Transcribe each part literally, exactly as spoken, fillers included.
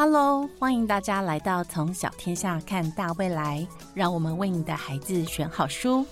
Hello， 欢迎大家来到从小天下看大未来，让我们为你的孩子选好书。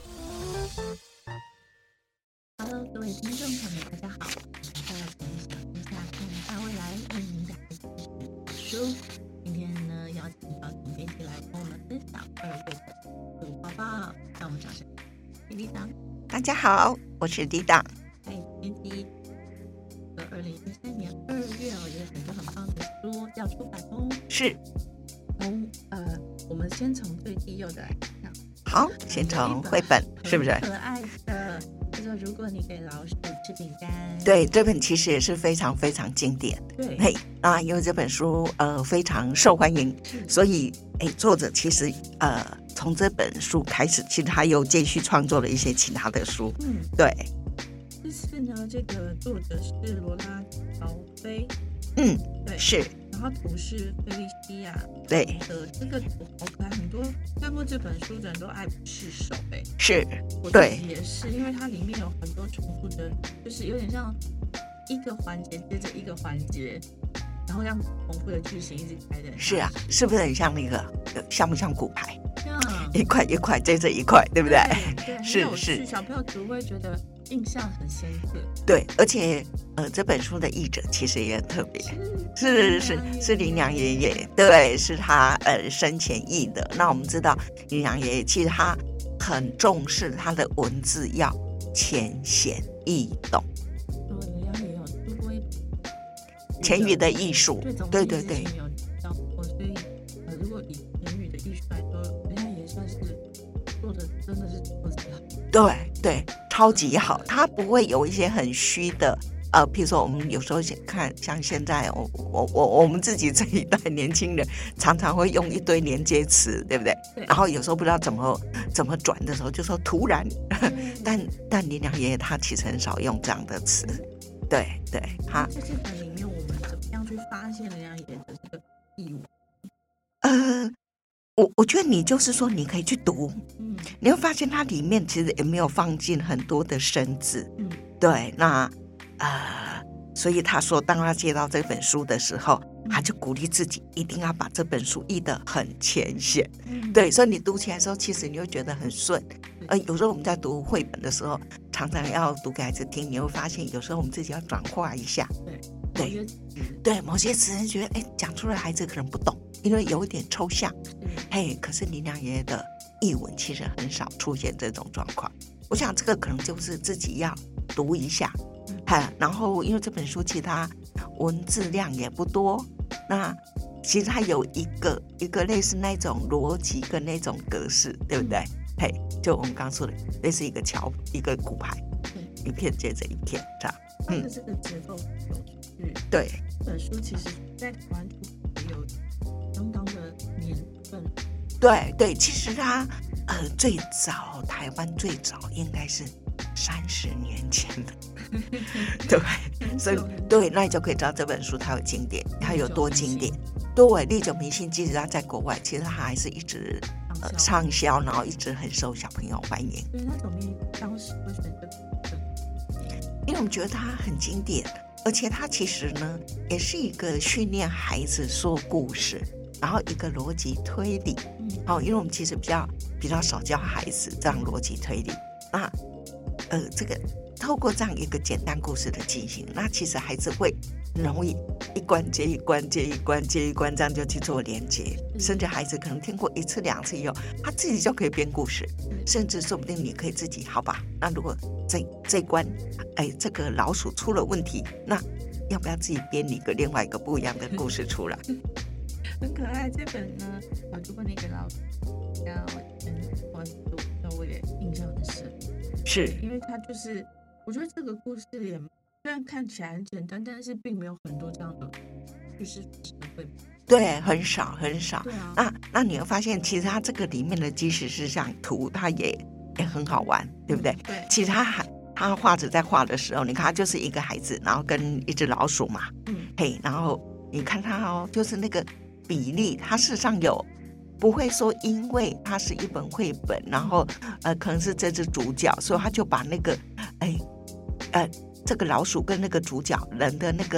Hello， 各位听众朋友，大家好，来到从小天下看大未来，为您的孩子选好书。今天呢，邀请到总编辑来跟我们分享二月的读报报，让我们掌声欢迎李党。 大家好，我是李党。 嗨，总编辑。二零一三年二月哦，也有很多很棒的书要出版哦。 是， 从呃，我们先从最低幼的来看。 好，先从绘本，是不是？ 可爱的，叫做《如果你给老鼠吃饼干》。 对，这本其实也是非常非常经典。 对， 嘿，啊，因为这本书呃非常受欢迎，所以哎，作者其实呃从这本书开始，其实他又继续创作了一些其他的书。 嗯， 对。 这次呢，这个作者是罗拉乔菲， 嗯， 对， 是， 然后图是菲利西亚， 对的这个图好可爱，很多看过这本书的人都爱不释手，哎， 是， 我自对， 己也是，因为它里面有很多重复的，就是有点像一个环节接着一个环节，然后让重复的剧情一直开的。 是啊，是不是很像那个，像不像骨牌？ 像一块一块接着一块，对不对？ 对，对是是， 小朋友读会觉得印象很深刻。 对，而且呃，这本书的译者其实也很特别，是是是林良爷爷，对，是他呃生前译的。那我们知道林良爷爷其实他很重视他的文字要浅显易懂。 哦，林良也有读过一钱语的艺术，对对对。 有教过，所以呃，如果以钱语的艺术来说，人家也算是做的真的是做得好。 对对，超级好，他不会有一些很虚的。呃，譬如说我们有时候看，像现在我我我我们自己这一代年轻人，常常会用一堆连接词，对不对？ 对。 然后有时候不知道怎么怎么转的时候，就说突然。但但林良爷爷他其实很少用这样的词，对对，他。 在这本里面，我们怎么样去发现林良爷爷的这个义务？ 呃，我我觉得你就是说，你可以去读， 嗯， 你会发现它里面其实也没有放进很多的生字， 嗯， 对，那呃，所以他说，当他接到这本书的时候，他就鼓励自己一定要把这本书译得很浅显， 嗯， 对，所以你读起来的时候，其实你会觉得很顺。呃，有时候我们在读绘本的时候，常常要读给孩子听，你会发现有时候我们自己要转化一下， 对， 对，对，某些词人觉得，哎，讲出来孩子可能不懂，因为有一点抽象，嘿，可是林良爷爷的译文其实很少出现这种状况。我想这个可能就是自己要读一下，哈，然后因为这本书其实它文字量也不多，那其实它有一个一个类似那种逻辑跟那种格式，对不对？嘿，就我们刚刚说的，类似一个桥，一个骨牌，一片接着一片这样。 它的这个结构有趣。 对， 这本书其实在台湾也有相当的年份。 对对，其实它呃最早台湾最早应该是三十年前的，对，所以对，那你就可以知道这本书它有经典，它有多经典。对，历久弥新，即使它在国外，其实它还是一直呃畅销，然后一直很受小朋友欢迎。 对，那总编当时会选这本， 因为我们觉得它很经典，而且它其实呢也是一个训练孩子说故事，然后一个逻辑推理。好、嗯哦，因为我们其实比较比较少教孩子这样逻辑推理。那呃，这个透过这样一个简单故事的进行，那其实孩子会容易一关接一关接一关接一关，这样就去做连接。甚至孩子可能听过一次两次以后，他自己就可以编故事，甚至说不定你可以自己好吧？那如果这这一关，哎，这个老鼠出了问题，那要不要自己编一个另外一个不一样的故事出来？ 很可爱。这本呢，啊，如果那个老鼠要跟关注，那我也印象很深。 是， 因为它就是，我觉得这个故事也虽然看起来很简单，但是并没有很多这样的叙事词汇。 对，很少很少。 对啊。 那那你会发现，其实它这个里面的即使是像图，它也也很好玩，对不对？ 嗯、对。 其实他还他画者在画的时候，你看他就是一个孩子，然后跟一只老鼠嘛，嗯，嘿，然后你看他哦，就是那个比例，他事实上有。不会说，因为它是一本绘本，然后呃，可能是这只主角，所以他就把那个，哎，呃，这个老鼠跟那个主角人的那个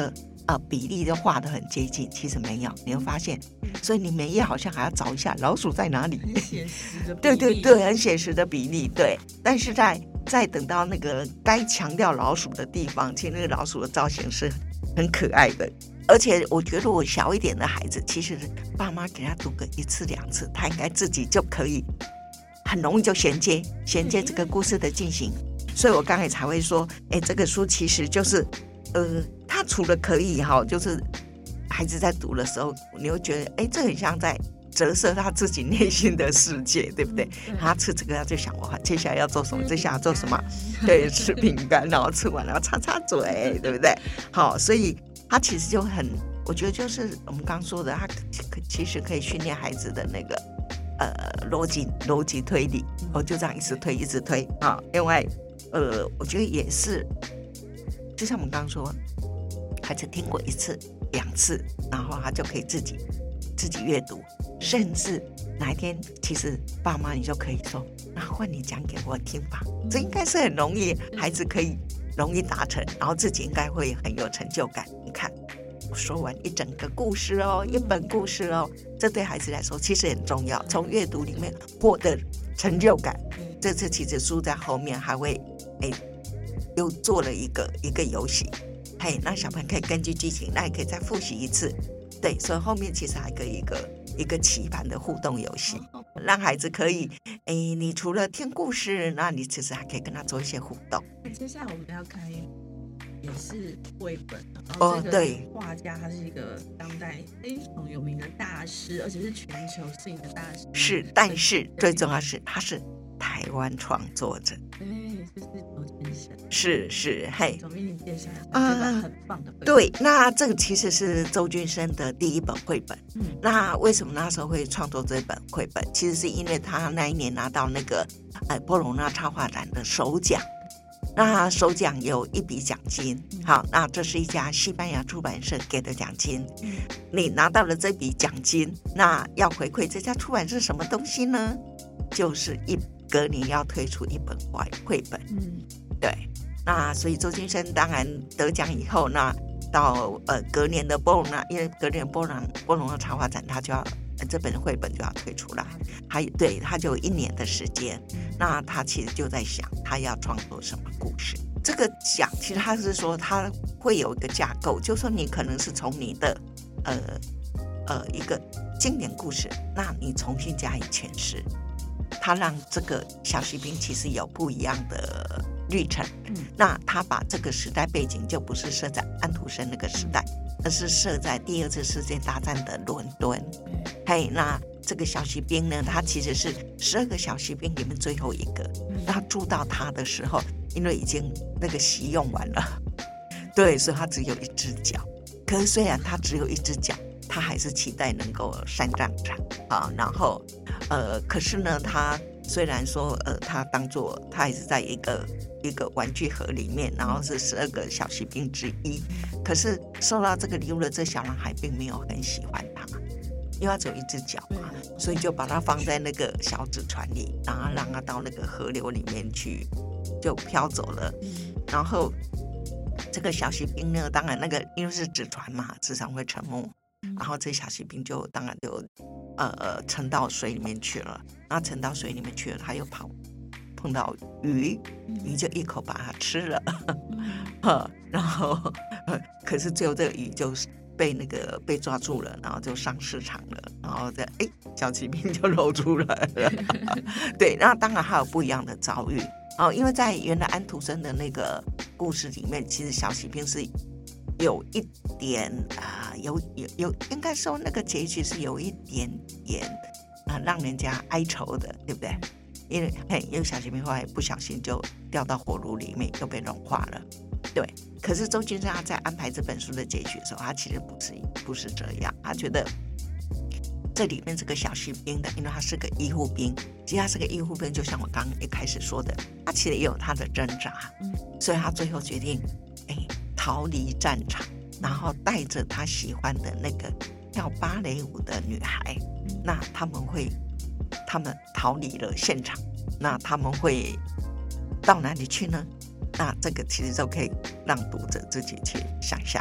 呃比例就画得很接近，其实没有，你会发现，所以你每页好像还要找一下老鼠在哪里， 很写实的比例， 对对对，很写实的比例，对。但是在在等到那个该强调老鼠的地方，其实那个老鼠的造型是很可爱的。而且我觉得我小一点的孩子，其实爸妈给他读个一次两次，他应该自己就可以很容易就衔接衔接这个故事的进行。所以我刚才才会说，哎，这个书其实就是呃，他除了可以哈，就是孩子在读的时候，你会觉得哎，这很像在折射他自己内心的世界，对不对？ 嗯、 他吃这个他就想哇，接下来要做什么？接下来要做什么？对，吃饼干，然后吃完然后擦擦嘴，对不对？好，所以他其实就很，我觉得就是我们刚说的，他其实可以训练孩子的那个呃逻辑逻辑推理，我就这样一直推一直推啊。另外，呃，我觉得也是，就像我们刚刚说，孩子听过一次两次，然后他就可以自己自己阅读，甚至哪一天，其实爸妈你就可以说，那换你讲给我听吧，这应该是很容易，孩子可以容易达成，然后自己应该会很有成就感。你看，我说完一整个故事哦，一本故事哦，这对孩子来说其实很重要，从阅读里面获得成就感。这次其实书在后面还会，哎，又做了一个一个游戏，嘿，那小朋友可以根据剧情，那也可以再复习一次。对，所以后面其实还可以一个一个棋盘的互动游戏，让孩子可以，哎，你除了听故事，那你其实还可以跟他做一些互动。 接下来我们要看也是绘本， 哦，对， 画家他是一个当代非常有名的大师，而且是全球性的大师。 是，但是最重要是他是台湾创作者。 对，就是周先生。 是是，嘿， 总编辑介绍这本很棒的绘本。 对，那这个其实是周君生的第一本绘本。嗯，那为什么那时候会创作这本绘本？其实是因为他那一年拿到那个呃波隆纳插画展的首奖。那首奖有一笔奖金，好，那这是一家西班牙出版社给的奖金。你拿到了这笔奖金，那要回馈这家出版社什么东西呢？就是一隔年要推出一本绘本。嗯，对。那所以周先生当然得奖以后，那到呃隔年的波隆纳，因为隔年波隆波隆纳插画展，他就要。这本绘本就要推出来，还对他就有一年的时间。那他其实就在想，他要创作什么故事。这个讲，其实他是说他会有一个架构，就是说你可能是从你的呃呃一个经典故事，那你重新加以诠释，他让这个小锡兵其实有不一样的历程。嗯，那他把这个时代背景就不是设在安徒生那个时代，而是设在第二次世界大战的伦敦。嘿，那这个小锡兵呢，他其实是十二个小锡兵里面最后一个。那他住到他的时候，因为已经那个席用完了，对，所以他只有一只脚。可是虽然他只有一只脚，他还是期待能够上战场啊。然后，呃，可是呢，他虽然说，呃，他当作他还是在一个一个玩具盒里面，然后是十二个小锡兵之一。可是受到这个礼物的这小男孩并没有很喜欢他。因为他只有一只脚嘛，所以就把它放在那个小纸船里，然后让它到那个河流里面去，就飘走了。然后这个小锡兵呢，当然那个因为是纸船嘛，纸船会沉没，然后这小锡兵就当然就呃沉到水里面去了。然后沉到水里面去了，他又跑碰到鱼，鱼就一口把它吃了。然后可是最后这个鱼就是。被那个被抓住了，然后就上市场了，然后再哎，小锡兵就露出来了。对，那当然还有不一样的遭遇哦，因为在原来安徒生的那个故事里面，其实小锡兵是有一点啊、呃，有有有，应该说那个结局是有一点点啊、呃，让人家哀愁的，对不对？因为嘿，因为小锡兵后来不小心就掉到火炉里面，又被融化了。对，可是周先生他在安排这本书的结局的时候，他其实不是不是这样，他觉得这里面这个小锡兵的，因为他是个医护兵，其实他是个医护兵，就像我刚刚一开始说的，他其实也有他的挣扎，所以他最后决定，哎，逃离战场，然后带着他喜欢的那个跳芭蕾舞的女孩，那他们会，他们逃离了现场，那他们会到哪里去呢？那这个其实都可以让读者自己去想象。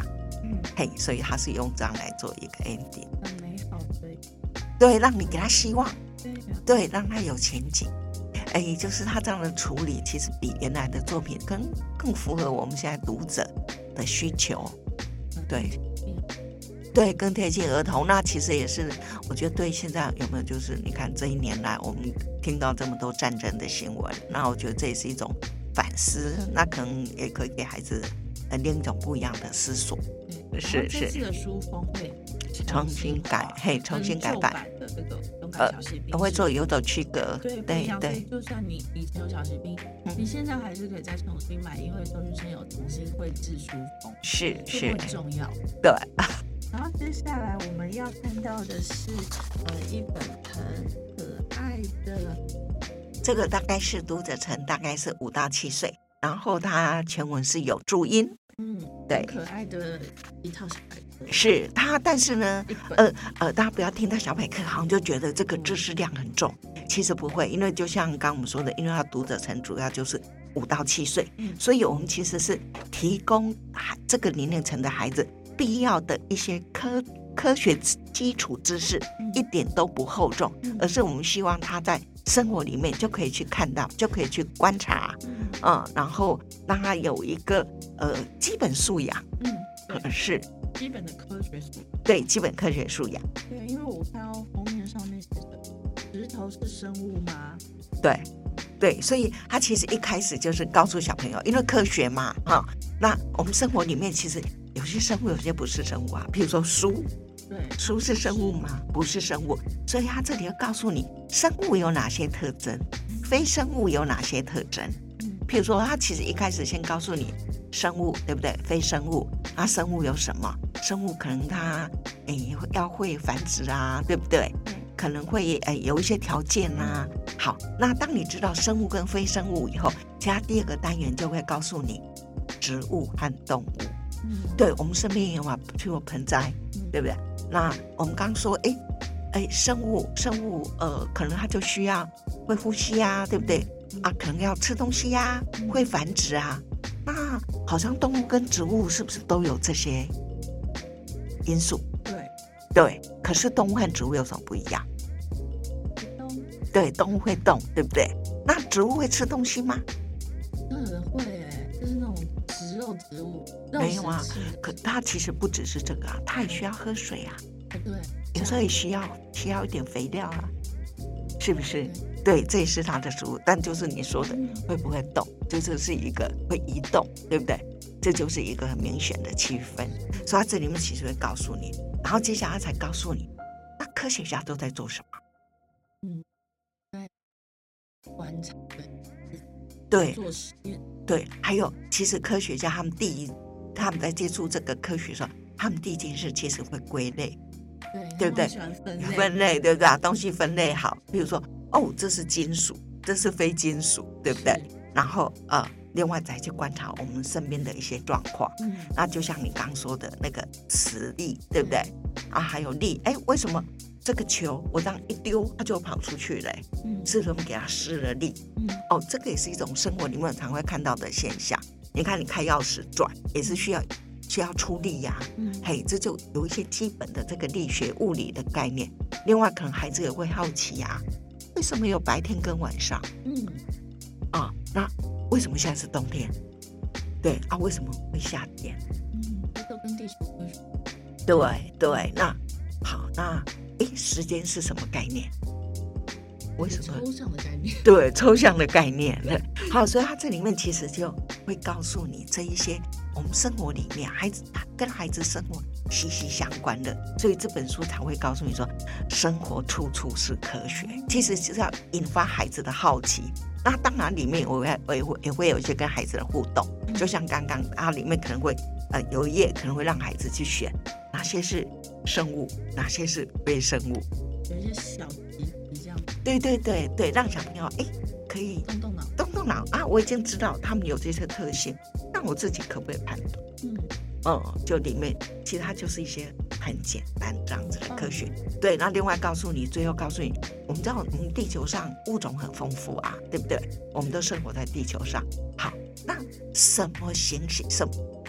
嗯，嘿，所以他是用这样来做一个 ending， 很美好的， 对，让你给他希望， 对、啊、 对，让他有前景。哎，就是他这样的处理，其实比原来的作品更更符合我们现在读者的需求，对，对，更贴近儿童。那其实也是，我觉得对现在有没有就是你看这一年来，我们听到这么多战争的新闻，那我觉得这也是一种反思，那可能也可以给孩子呃另一种不一样的思索。是是。 这次的书封会重新改，嘿，重新改版的这个勇敢小骑兵， 呃，会做有所区隔。 对对对，就算你以前有小骑兵，嗯，你现在还是可以再重新买，因为周旭生有重新绘制书封， 是是很重要。 对。 然后接下来我们要看到的是呃一本很可爱的， 这个大概是读者层大概是五到七岁，然后它全文是有注音。 嗯，对，可爱的一套小百科是它，但是呢，呃呃，大家不要听到小百科，好像就觉得这个知识量很重，其实不会，因为就像刚刚我们说的，因为它读者层主要就是五到七岁，嗯，所以我们其实是提供这个年龄层的孩子必要的一些科科学基础知识，嗯，一点都不厚重，嗯，而是我们希望他在生活里面就可以去看到，就可以去观察，嗯，呃、然后让他有一个呃基本素养，嗯，是基本的科学素养， 对，基本科学素养。 对，因为我看到封面上面写的石头是生物吗？ 对，对，所以他其实一开始就是告诉小朋友，因为科学嘛，哈，那我们生活里面其实有些生物，有些不是生物啊，譬如说书。 对， 书是生物吗？不是生物，所以他这里要告诉你生物有哪些特征，非生物有哪些特征。譬如说，他其实一开始先告诉你生物，对不对？非生物，那生物有什么？生物可能它诶要会繁殖啊，对不对？可能会诶有一些条件啊。好，那当你知道生物跟非生物以后，其他第二个单元就会告诉你植物和动物。对，我们身边也有嘛，譬如盆栽，对不对？那我们刚刚说，哎哎，生物生物，呃，可能它就需要会呼吸啊，对不对？啊，可能要吃东西呀、啊，会繁殖啊。那好像动物跟植物是不是都有这些因素？ 对对，可是动物和植物有什么不一样？对，动物会动，对不对？那植物会吃东西吗？ 嗯，会哎，就是那种食肉植物。 没有啊，可它其实不只是这个啊，它也需要喝水啊。 对， 有时候也需要需要一点肥料啊，是不是？对，这也是它的食物，但就是你说的会不会动，就这是一个会移动，对不对？这就是一个很明显的区分。所以它这里面其实会告诉你，然后接下来才告诉你，那科学家都在做什么？ 嗯，在观察， 对， 做实验， 对，还有其实科学家他们第一，他们在接触这个科学的时候，他们第一件事其实会归类。 对， 对不对？ 分类， 分类对不对？东西分类好，比如说，哦，这是金属，这是非金属，对不对？然后呃，另外再去观察我们身边的一些状况。嗯，那就像你刚说的那个磁力，对不对？啊，还有力，哎，为什么这个球我这样一丢，它就跑出去了？嗯，是不是我们给它施了力？嗯，哦，这个也是一种生活里面常会看到的现象。你看，你开钥匙转也是需要。需要出力呀、啊，嗯，嘿，这就有一些基本的这个力学物理的概念。另外，可能孩子也会好奇呀、啊，为什么有白天跟晚上？嗯，啊，那为什么现在是冬天？对啊，为什么会夏天？ 嗯，这都跟地球有关。 对对，那好，那哎，时间是什么概念？为什么？ 抽象的概念。 对，抽象的概念。对，好，所以它这里面其实就会告诉你这一些我们生活里面孩子跟孩子生活息息相关的，所以这本书才会告诉你说，生活处处是科学。其实就是要引发孩子的好奇。那当然里面我会我也会也会有一些跟孩子的互动，就像刚刚它里面可能会呃有一页可能会让孩子去选哪些是生物，哪些是非生物， 有一些小题这样。 对对对对，让小朋友哎可以动动脑， 动动脑啊！我已经知道他们有这些特性，那我自己可不可以判断？嗯，哦、嗯，就里面其实它就是一些很简单这样子的科学。嗯、对，那另外告诉你，最后告诉你，我们知道我们地球上物种很丰富啊，对不对？我们都生活在地球上。好，那什么行星什么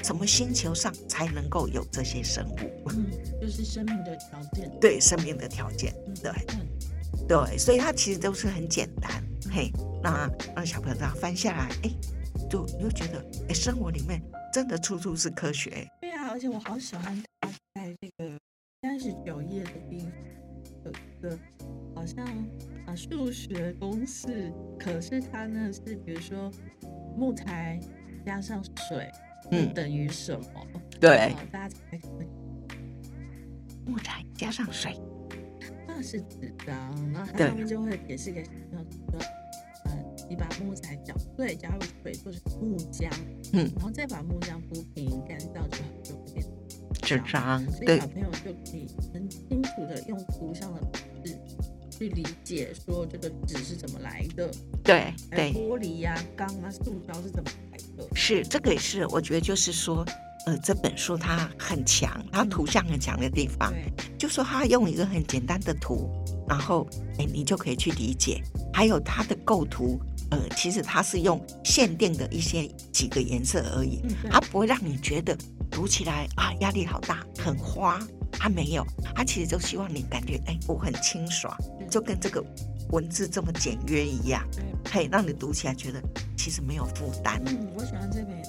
什么星球上才能够有这些生物？ 嗯，就是生命的条件。 对，生命的条件，对， 嗯、 对，所以它其实都是很简单。嘿，那让小朋友这样翻下来，哎，就你会觉得，哎，生活里面真的处处是科学。 对啊，而且我好喜欢他在这个三十九页的地方有一个好像啊数学公式，可是它呢是比如说木材加上水，嗯，等于什么？ 对， 哦、大家才可以。 木材加上水， 那是纸张，然后它上面就会解释给小朋友说，呃，你把木材搅碎，加入水做成木浆，嗯，然后再把木浆铺平干燥之后就会变纸张， 所以小朋友就可以很清楚的用图像的方式去理解说这个纸是怎么来的， 对对， 玻璃呀、啊、钢啊、塑胶是怎么来的， 是这个也是我觉得就是说。呃，这本书它很强，它图像很强的地方，嗯、就说它用一个很简单的图，然后哎，你就可以去理解。还有它的构图，呃，其实它是用限定的一些几个颜色而已，嗯、它不会让你觉得读起来啊压力好大，很花。它没有，它其实就希望你感觉哎，我很清爽，就跟这个文字这么简约一样，可以让你读起来觉得其实没有负担。 嗯，我喜欢这本。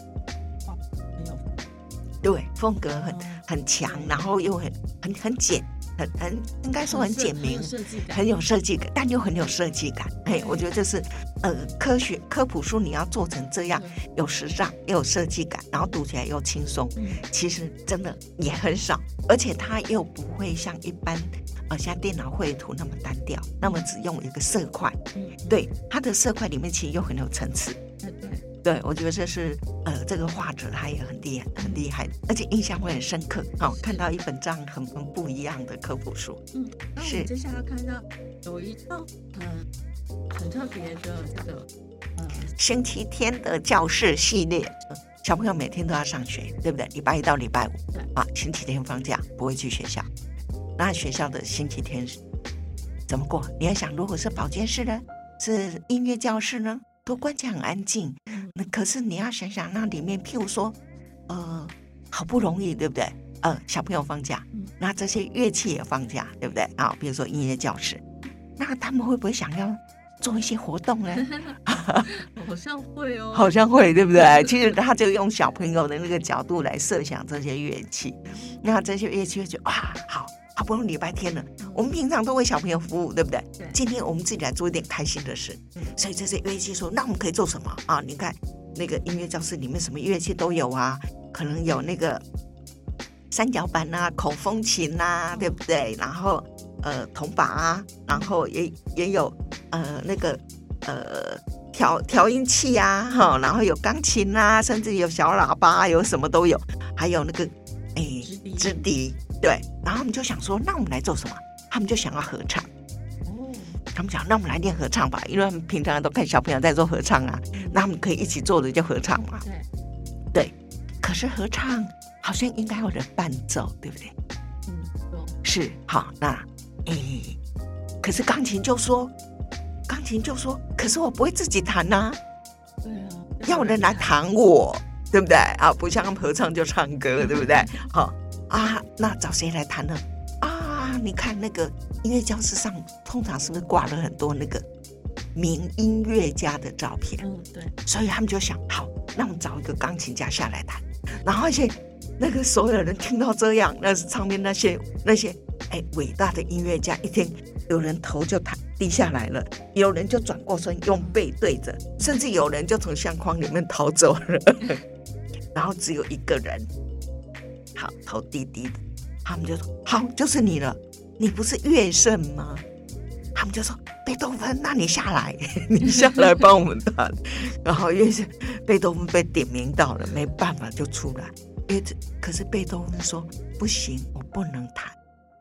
对，风格很很强，然后又很很很简，很很应该说很简明，很有设计感，但又很有设计感。嘿，我觉得这是呃科学科普书，你要做成这样，有时尚又有设计感，然后读起来又轻松，其实真的也很少，而且它又不会像一般呃像电脑绘图那么单调，那么只用一个色块。对，它的色块里面其实又很有层次。对，我觉得这是呃，这个画者他也很厉害，很厉害，而且印象会很深刻。好、哦，看到一本这样很很不一样的科普书。 嗯，那我们接下来看到有一套很、呃、很特别的这个呃星期天的教室系列。小朋友每天都要上学，对不对？礼拜一到礼拜五，对啊，星期天放假不会去学校。那学校的星期天怎么过？你要想，如果是保健室呢，是音乐教室呢？都关起来很安静，那可是你要想想，那里面譬如说，呃，好不容易，对不对？呃，小朋友放假，那这些乐器也放假，对不对？啊，比如说音乐教室，那他们会不会想要做一些活动呢？ 好像会哦， 好像会，对不对？其实他就用小朋友的那个角度来设想这些乐器，那这些乐器会觉得哇，好。好不容易礼拜天了，我们平常都为小朋友服务，对不对？对。今天我们自己来做一点开心的事，嗯、所以这些乐器说，那我们可以做什么啊？你看那个音乐教室里面什么乐器都有啊，可能有那个三角板啊、口风琴啊，对不对？然后呃铜把啊，然后也也有呃那个呃调调音器啊，哈，然后有钢琴啊，甚至有小喇叭，有什么都有，还有那个哎直笛。对，然后他们就想说，那我们来做什么？他们就想要合唱。哦，他们讲，那我们来练合唱吧，因为他们平常都看小朋友在做合唱啊，那他们可以一起做的就合唱嘛。对，对。可是合唱好像应该有人伴奏，对不对？嗯，是。好，那诶，可是钢琴就说，钢琴就说，可是我不会自己弹呐、啊。对啊，要有人来弹我，对不对？啊，不像他们合唱就唱歌，对不对？好。啊，那找谁来弹呢？啊，你看那个音乐教室上，通常是不是挂了很多那个名音乐家的照片？嗯，对。所以他们就想，好，那我们找一个钢琴家下来弹。然后而且那个所有人听到这样，那上面那些那些哎伟大的音乐家，一听有人头就弹低下来了，有人就转过身用背对着，甚至有人就从相框里面逃走了。然后只有一个人。好，头低低的，他们就说：“好，就是你了，你不是乐圣吗？”他们就说：“贝多芬，那你下来，你下来帮我们弹。”然后乐圣贝多芬被点名到了，没办法就出来。因为可是贝多芬说：“不行，我不能弹。”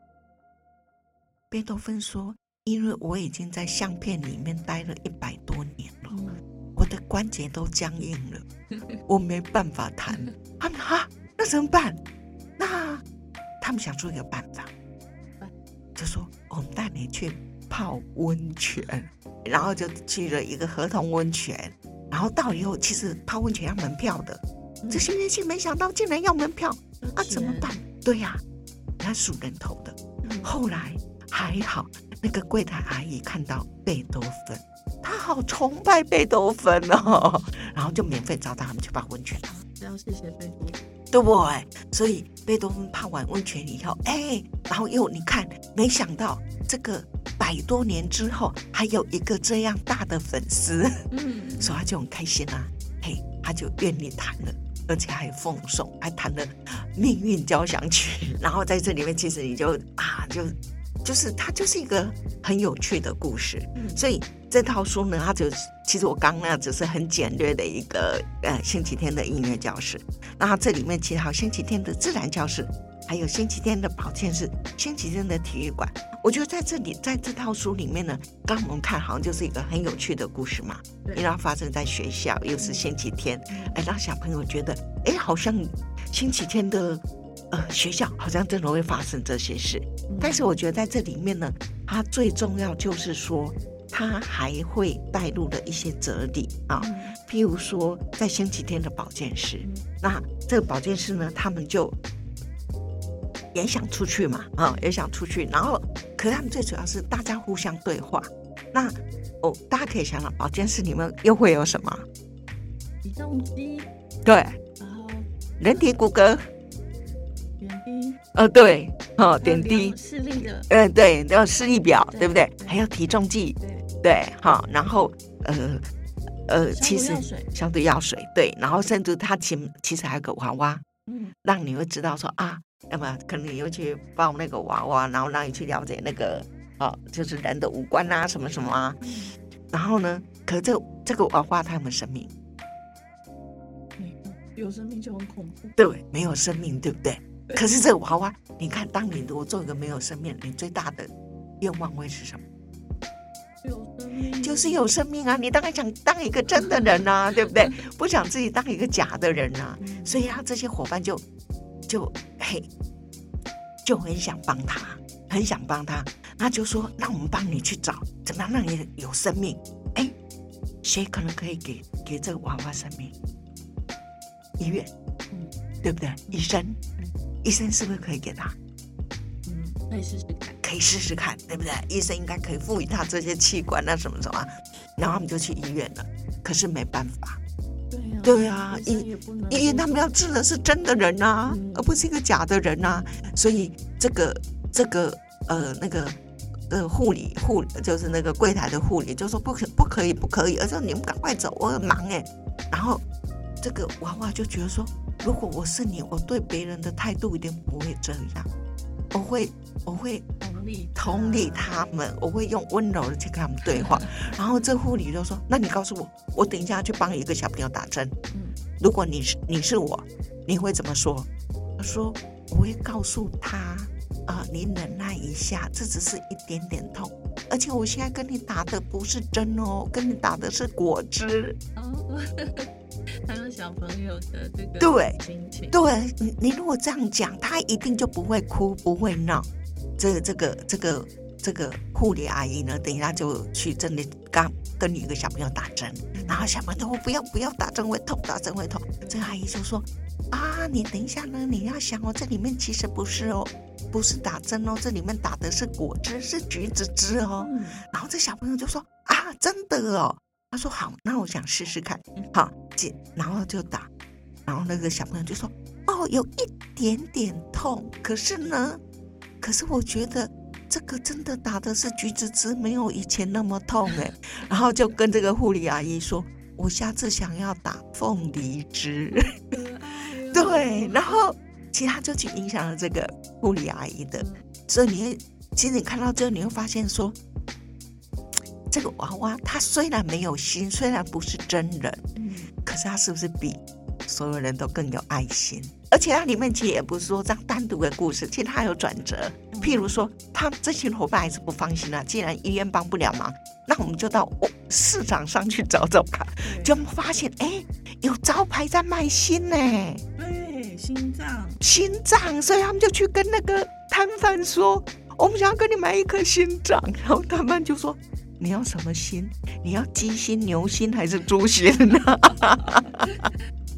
贝多芬说：“因为我已经在相片里面待了一百多年了，我的关节都僵硬了，我没办法弹。”他们哈，那怎么办？那他们想出一个办法，就说我们带你去泡温泉，然后就去了一个合同温泉，然后到以后其实泡温泉要门票的， 这训练系没想到竟然要门票，啊，怎么办？对呀、啊，他数人头的。嗯、后来还好，那个柜台阿姨看到贝多芬，她好崇拜贝多芬哦，然后就免费招待他们去泡温泉。 要谢谢贝多芬。 对不对？所以贝多芬泡完温泉以后，哎，然后又你看，没想到这个百多年之后，还有一个这样大的粉丝，嗯，所以他就很开心啊，嘿，他就愿意弹了，而且还奉送，还弹了命运交响曲。然后在这里面，其实你就啊，就就是它就是一个很有趣的故事，嗯、所以这套书呢，它就其实我刚刚那只是很简略的一个呃星期天的音乐教室。那它这里面其实还有星期天的自然教室，还有星期天的保健室，星期天的体育馆。我觉得在这里，在这套书里面呢，刚刚我们看好像就是一个很有趣的故事嘛，因为它发生在学校，又是星期天，哎，让小朋友觉得，哎，好像星期天的呃学校好像真的会发生这些事。但是我觉得在这里面呢，它最重要就是说，它还会带入了一些哲理啊，譬如说在星期天的保健室，那这个保健室呢，他们就也想出去嘛，啊，也想出去，然后可是他们最主要是大家互相对话。那哦，大家可以想想，保健室里面又会有什么？ 体重机， 对， 然后人体骨骼， 点滴， 呃，对，哦，点滴， 视力的， 呃，对，要视力表，对不对？还有体重计， 对， 对，好，然后呃呃，其实消毒药水，对，然后甚至它其其实还有个娃娃，嗯，让你会知道说啊，那么可能你会去抱那个娃娃，然后让你去了解那个哦，就是人的五官啊，什么什么啊，嗯、然后呢，可是这这个娃娃它有没有生命？ 有生命就很恐怖， 对，没有生命，对不对？对，可是这个娃娃，你看，当你如果做一个没有生命，你最大的愿望会是什么？ 有生命， 就是有生命啊！你当然想当一个真的人啊，对不对？不想自己当一个假的人啊。嗯、所以啊，这些伙伴就就嘿，就很想帮他，很想帮他。那就说，那我们帮你去找，怎么样让你有生命？哎，谁可能可以给给这个娃娃生命？医院，嗯，对不对？医生，嗯、医生是不是可以给他？ 嗯，可以试试看， 可以试试看，对不对？医生应该可以赋予他这些器官啊，什么什么，然后他们就去医院了。可是没办法， 对呀、啊， 对啊，因因为他们要治的是真的人啊，嗯、而不是一个假的人啊，所以这个这个呃那个呃护理护就是那个柜台的护理就说不可不可以不可以，而且你们赶快走，我很忙哎，然后。这个娃娃就觉得说，如果我是你，我对别人的态度一定不会这样，我会我会同理同理他们，我会用温柔的去跟他们对话。然后这护理就说，那你告诉我，我等一下去帮一个小朋友打针，嗯、如果你是你是我，你会怎么说？他说我会告诉他啊、呃，你忍耐一下，这只是一点点痛，而且我现在跟你打的不是针哦，跟你打的是果汁。哦还有小朋友的这个对心情， 对，你你如果这样讲，他一定就不会哭，不会闹。这个这个这个这个护理阿姨呢，等一下就去真的刚跟一个小朋友打针，然后小朋友说不要不要打针会痛，打针会痛。这个阿姨就说啊，你等一下呢，你要想哦，这里面其实不是哦，不是打针哦，这里面打的是果汁，是橘子汁哦。嗯、然后这小朋友就说啊，真的哦。他说好，那我想试试看，好，然后就打，然后那个小朋友就说，哦，有一点点痛，可是呢，可是我觉得这个真的打的是橘子汁，没有以前那么痛哎，然后就跟这个护理阿姨说，我下次想要打凤梨汁，对，然后其实他就去影响了这个护理阿姨的，所以你其实你看到之后，你会发现说。这个娃娃，它虽然没有心，虽然不是真人，嗯、可是它是不是比所有人都更有爱心？而且它里面其实也不是说这样单独的故事，其实它有转折。譬如说，他们这群伙伴还是不放心啊，既然医院帮不了忙，那我们就到、哦、市场上去找找看，就发现哎，有招牌在卖心呢。 对，心脏， 心脏，所以他们就去跟那个摊贩说，我们想要跟你买一颗心脏，然后摊贩就说。你要什么心？你要鸡心、牛心还是猪心呢？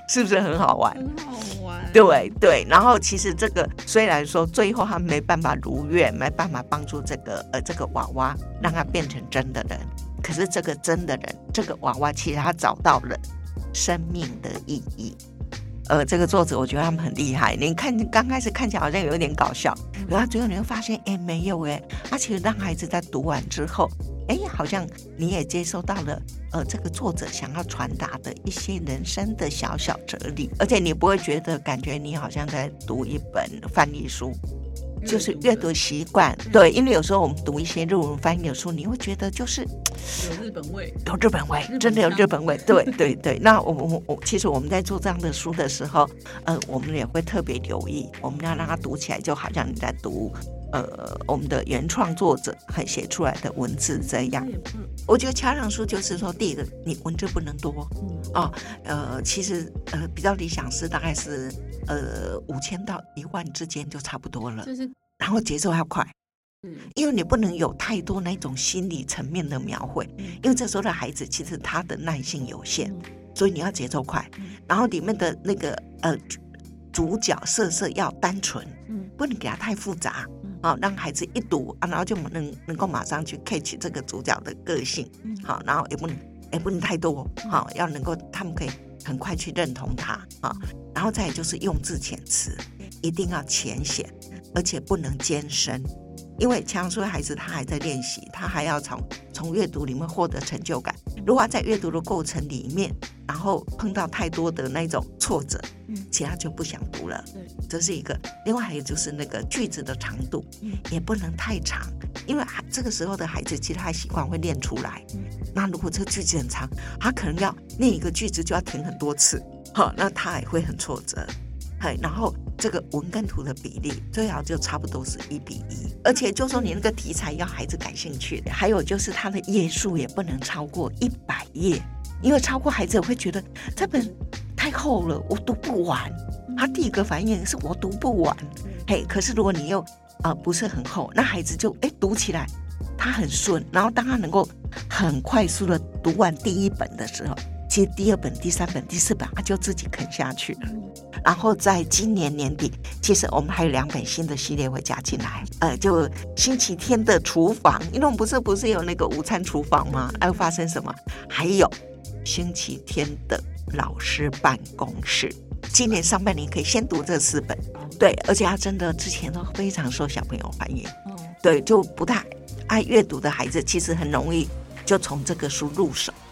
是不是很好玩？ 很好玩。 对对，然后其实这个虽然说最后他没办法如愿，没办法帮助这个呃这个娃娃让他变成真的人，可是这个真的人，这个娃娃其实他找到了生命的意义。呃，这个作者我觉得他们很厉害。你看刚开始看起来好像有点搞笑，然后最后你会发现，哎，没有哎，他其实让孩子在读完之后，哎，好像你也接收到了呃这个作者想要传达的一些人生的小小哲理，而且你不会觉得感觉你好像在读一本翻译书。就是阅读习惯，对，因为有时候我们读一些日文翻译的书，你会觉得就是有日本味， 有日本味，真的有日本味，对对对。那我们我其实我们在做这样的书的时候，呃，我们也会特别留意，我们要让它读起来就好像你在读呃我们的原创作者很写出来的文字这样。我觉得桥梁书就是说，第一个你文字不能多哦，呃，其实呃比较理想是大概是。呃，五千到一万之间就差不多了， 就是然后节奏要快， 嗯， 因为你不能有太多那种心理层面的描绘， 嗯， 因为这时候的孩子其实他的耐性有限， 嗯， 所以你要节奏快， 嗯， 然后里面的那个呃主角色色要单纯， 嗯， 不能给他太复杂， 嗯， 好、哦，让孩子一读啊，然后就能能够马上去 catch 这个主角的个性， 嗯， 好，然后也不能也不能太多，好、哦，要能够他们可以很快去认同他啊。然后再来就是用字遣词，一定要浅显，而且不能艰深，因为强说孩子他还在练习，他还要从从阅读里面获得成就感。如果他在阅读的过程里面，然后碰到太多的那种挫折，其他就不想读了。这是一个。另外还有就是那个句子的长度，也不能太长，因为这个时候的孩子其实他习惯会念出来。那如果这个句子很长，他可能要念一个句子就要停很多次。好，那他也会很挫折。然后这个文跟图的比例最好就差不多是一比一，而且就说你那个题材要孩子感兴趣的，还有就是他的页数也不能超过一百页，因为超过孩子会觉得这本太厚了，我读不完。他第一个反应是我读不完。嘿，可是如果你又呃不是很厚，那孩子就哎读起来他很顺，然后当他能够很快速的读完第一本的时候，其实第二本、第三本、第四本他就自己啃下去了。然后在今年年底，其实我们还有两本新的系列会加进来，呃，就星期天的厨房，因为我们不是不是有那个午餐厨房吗？还会发生什么？还有星期天的老师办公室。今年上半年可以先读这四本，对，而且他真的之前都非常受小朋友欢迎，对，就不太爱阅读的孩子，其实很容易就从这个书入手。